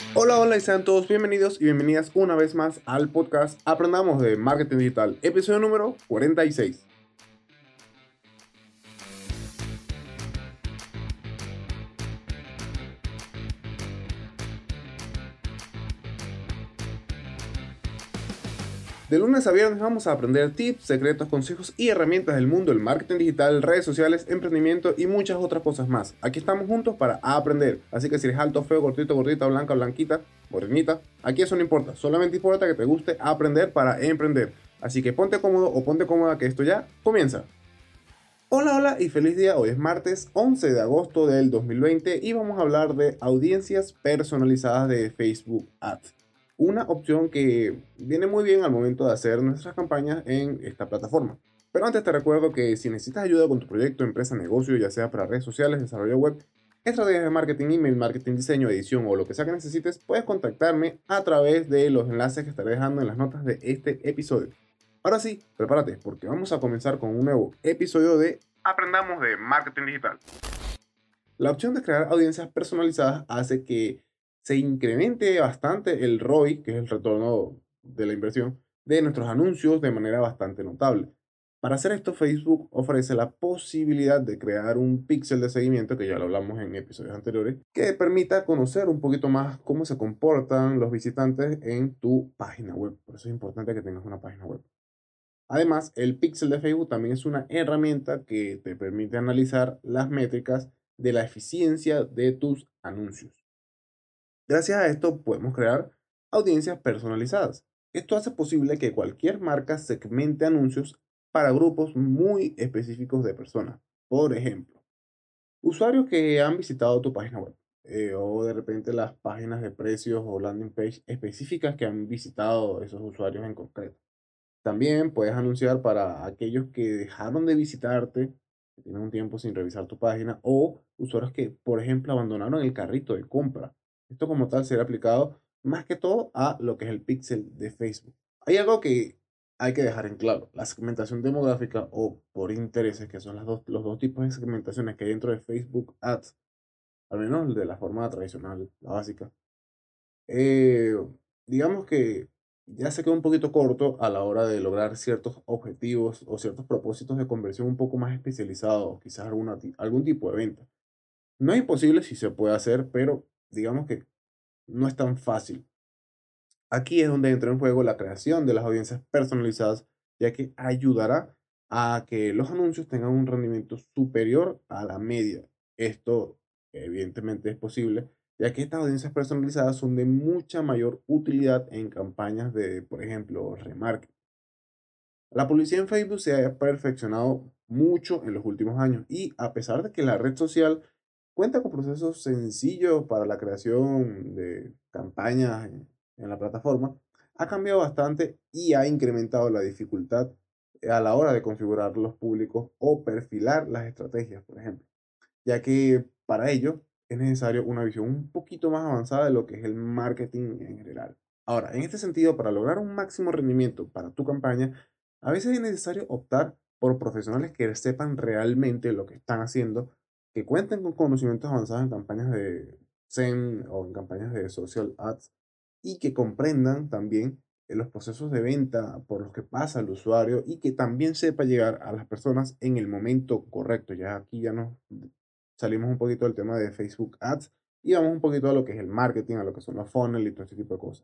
Hola, hola y sean todos bienvenidos y bienvenidas una vez más al podcast Aprendamos de Marketing Digital, episodio número 46. De lunes a viernes vamos a aprender tips, secretos, consejos y herramientas del mundo del marketing digital, redes sociales, emprendimiento y muchas otras cosas más. Aquí estamos juntos para aprender, así que si eres alto, feo, gordito, gordita, blanca, blanquita, morenita, aquí eso no importa, solamente importa que te guste aprender para emprender. Así que ponte cómodo o ponte cómoda que esto ya comienza. Hola, hola y feliz día. Hoy es martes 11 de agosto del 2020 y vamos a hablar de audiencias personalizadas de Facebook Ads. Una opción que viene muy bien al momento de hacer nuestras campañas en esta plataforma. Pero antes te recuerdo que si necesitas ayuda con tu proyecto, empresa, negocio, ya sea para redes sociales, desarrollo web, estrategias de marketing, email marketing, diseño, edición o lo que sea que necesites, puedes contactarme a través de los enlaces que estaré dejando en las notas de este episodio. Ahora sí, prepárate porque vamos a comenzar con un nuevo episodio de Aprendamos de Marketing Digital. La opción de crear audiencias personalizadas hace que se incremente bastante el ROI, que es el retorno de la inversión, de nuestros anuncios de manera bastante notable. Para hacer esto, Facebook ofrece la posibilidad de crear un píxel de seguimiento, que ya lo hablamos en episodios anteriores, que permita conocer un poquito más cómo se comportan los visitantes en tu página web. Por eso es importante que tengas una página web. Además, el pixel de Facebook también es una herramienta que te permite analizar las métricas de la eficiencia de tus anuncios. Gracias a esto podemos crear audiencias personalizadas. Esto hace posible que cualquier marca segmente anuncios para grupos muy específicos de personas. Por ejemplo, usuarios que han visitado tu página web o de repente las páginas de precios o landing page específicas que han visitado esos usuarios en concreto. También puedes anunciar para aquellos que dejaron de visitarte, que tienen un tiempo sin revisar tu página, o usuarios que, por ejemplo, abandonaron el carrito de compra. Esto como tal será aplicado más que todo a lo que es el pixel de Facebook. Hay algo que hay que dejar en claro. La segmentación demográfica o por intereses, que son los dos tipos de segmentaciones que hay dentro de Facebook Ads, al menos de la forma tradicional, la básica, eh, digamos que ya se queda un poquito corto a la hora de lograr ciertos objetivos o ciertos propósitos de conversión un poco más especializados, quizás algún tipo de venta. No es imposible si se puede hacer, pero digamos que no es tan fácil. Aquí es donde entra en juego la creación de las audiencias personalizadas, ya que ayudará a que los anuncios tengan un rendimiento superior a la media. Esto evidentemente es posible, ya que estas audiencias personalizadas son de mucha mayor utilidad en campañas de, por ejemplo, remarketing. La publicidad en Facebook se ha perfeccionado mucho en los últimos años y a pesar de que la red social cuenta con procesos sencillos para la creación de campañas en la plataforma, ha cambiado bastante y ha incrementado la dificultad a la hora de configurar los públicos o perfilar las estrategias, por ejemplo, ya que para ello es necesario una visión un poquito más avanzada de lo que es el marketing en general. Ahora, en este sentido, para lograr un máximo rendimiento para tu campaña, a veces es necesario optar por profesionales que sepan realmente lo que están haciendo, que cuenten con conocimientos avanzados en campañas de SEM o en campañas de social ads y que comprendan también los procesos de venta por los que pasa el usuario y que también sepa llegar a las personas en el momento correcto. Ya aquí ya nos salimos un poquito del tema de Facebook Ads y vamos un poquito a lo que es el marketing, a lo que son los funnels y todo ese tipo de cosas.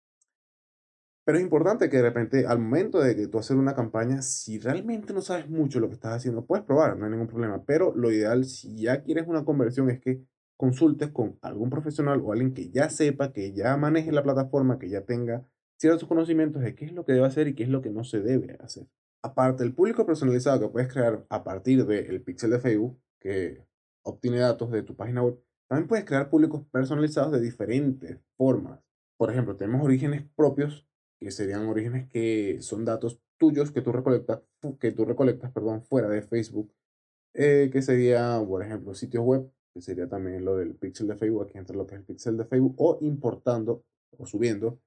Pero es importante que de repente, al momento de que tú hacer una campaña, si realmente no sabes mucho lo que estás haciendo, puedes probar, no hay ningún problema. Pero lo ideal, si ya quieres una conversión, es que consultes con algún profesional o alguien que ya sepa, que ya maneje la plataforma, que ya tenga ciertos conocimientos de qué es lo que debe hacer y qué es lo que no se debe hacer. Aparte, el público personalizado que puedes crear a partir del pixel de Facebook, que obtiene datos de tu página web, también puedes crear públicos personalizados de diferentes formas. Por ejemplo, tenemos orígenes propios, que serían orígenes que son datos tuyos que tú recolectas, perdón, fuera de Facebook, que sería, por ejemplo, sitios web, que sería también lo del pixel de Facebook, aquí entra lo que es el pixel de Facebook, o importando o subiendo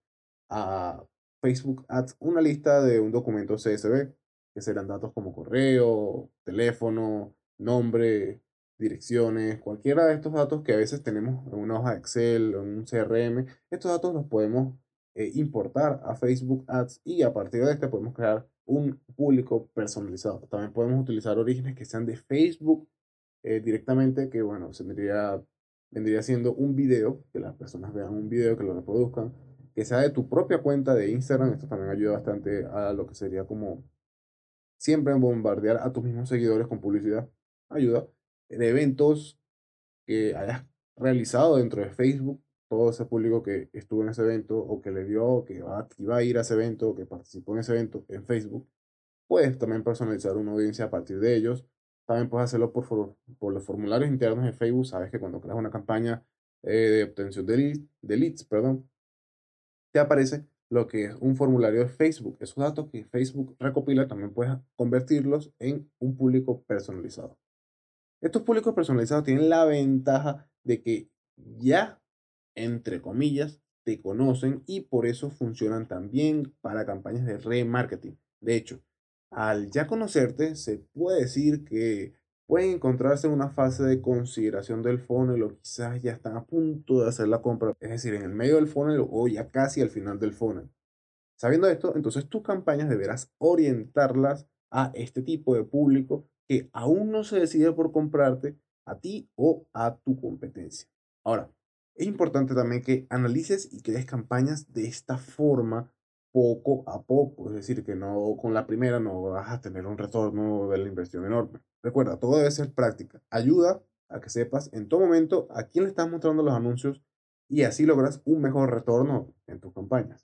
a Facebook Ads una lista de un documento CSV, que serán datos como correo, teléfono, nombre. direcciones, cualquiera de estos datos que a veces tenemos en una hoja de Excel o en un CRM, estos datos los podemos importar a Facebook Ads y a partir de este podemos crear un público personalizado. También podemos utilizar orígenes que sean de Facebook directamente, que bueno, vendría siendo un video, que las personas vean un video, que lo reproduzcan, que sea de tu propia cuenta de Instagram. Esto también ayuda bastante a lo que sería como siempre bombardear a tus mismos seguidores con publicidad. Ayuda de eventos que hayas realizado dentro de Facebook, todo ese público que estuvo en ese evento o que le dio, que iba a ir a ese evento o que participó en ese evento en Facebook, puedes también personalizar una audiencia a partir de ellos. También puedes hacerlo por los formularios internos de Facebook. Sabes que cuando creas una campaña de obtención de leads, perdón, te aparece lo que es un formulario de Facebook. Esos datos que Facebook recopila también puedes convertirlos en un público personalizado. Estos públicos personalizados tienen la ventaja de que ya, entre comillas, te conocen y por eso funcionan también para campañas de remarketing. De hecho, al ya conocerte, se puede decir que pueden encontrarse en una fase de consideración del funnel o quizás ya están a punto de hacer la compra, es decir, en el medio del funnel o ya casi al final del funnel. Sabiendo esto, entonces tus campañas deberás orientarlas a este tipo de público que aún no se decide por comprarte a ti o a tu competencia. Ahora, es importante también que analices y crees campañas de esta forma poco a poco, es decir, que no con la primera no vas a tener un retorno de la inversión enorme. Recuerda, todo debe ser práctica. Ayuda a que sepas en todo momento a quién le estás mostrando los anuncios y así logras un mejor retorno en tus campañas.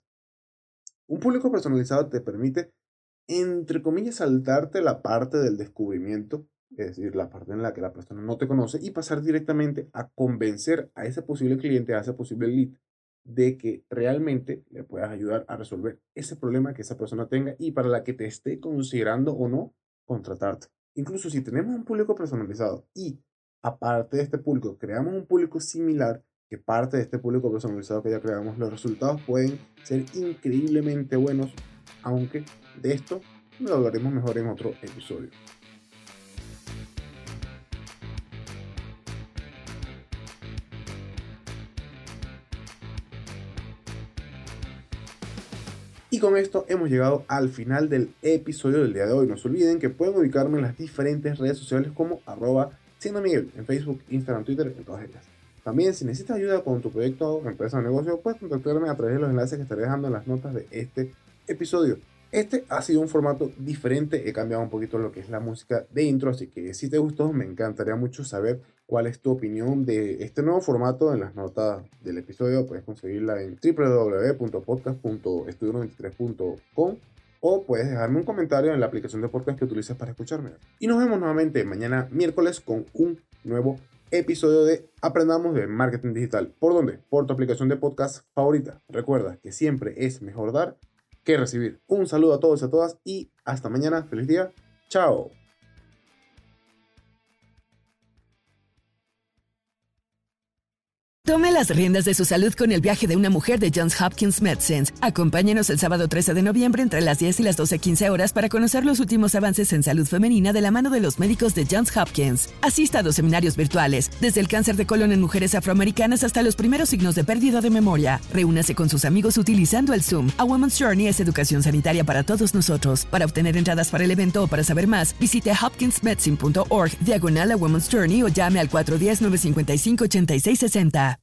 Un público personalizado te permite, entre comillas, saltarte la parte del descubrimiento, es decir, la parte en la que la persona no te conoce, y pasar directamente a convencer a ese posible cliente, a ese posible lead, de que realmente le puedas ayudar a resolver ese problema que esa persona tenga y para la que te esté considerando o no contratarte. Incluso si tenemos un público personalizado y aparte de este público creamos un público similar, que parte de este público personalizado que ya creamos, los resultados pueden ser increíblemente buenos, aunque de esto lo hablaremos mejor en otro episodio. Y con esto hemos llegado al final del episodio del día de hoy. No se olviden que pueden ubicarme en las diferentes redes sociales como @siendomiguel en Facebook, Instagram, Twitter, en todas ellas. También, si necesitas ayuda con tu proyecto, empresa o negocio, puedes contactarme a través de los enlaces que estaré dejando en las notas de este episodio. Este ha sido un formato diferente, he cambiado un poquito lo que es la música de intro, así que si te gustó, me encantaría mucho saber cuál es tu opinión de este nuevo formato. En las notas del episodio puedes conseguirla en www.podcast.estudio93.com o puedes dejarme un comentario en la aplicación de podcast que utilices para escucharme. Y nos vemos nuevamente mañana miércoles con un nuevo episodio de Aprendamos de Marketing Digital. ¿Por dónde? Por tu aplicación de podcast favorita. Recuerda que siempre es mejor dar que recibir. Un saludo a todos y a todas y hasta mañana. Feliz día. Chao. Tome las riendas de su salud con el viaje de una mujer de Johns Hopkins Medicine. Acompáñenos el sábado 13 de noviembre entre las 10 y las 12:15 horas para conocer los últimos avances en salud femenina de la mano de los médicos de Johns Hopkins. Asista a 2 seminarios virtuales, desde el cáncer de colon en mujeres afroamericanas hasta los primeros signos de pérdida de memoria. Reúnase con sus amigos utilizando el Zoom. A Woman's Journey es educación sanitaria para todos nosotros. Para obtener entradas para el evento o para saber más, visite hopkinsmedicine.org/a Woman's Journey o llame al 410-955-8660.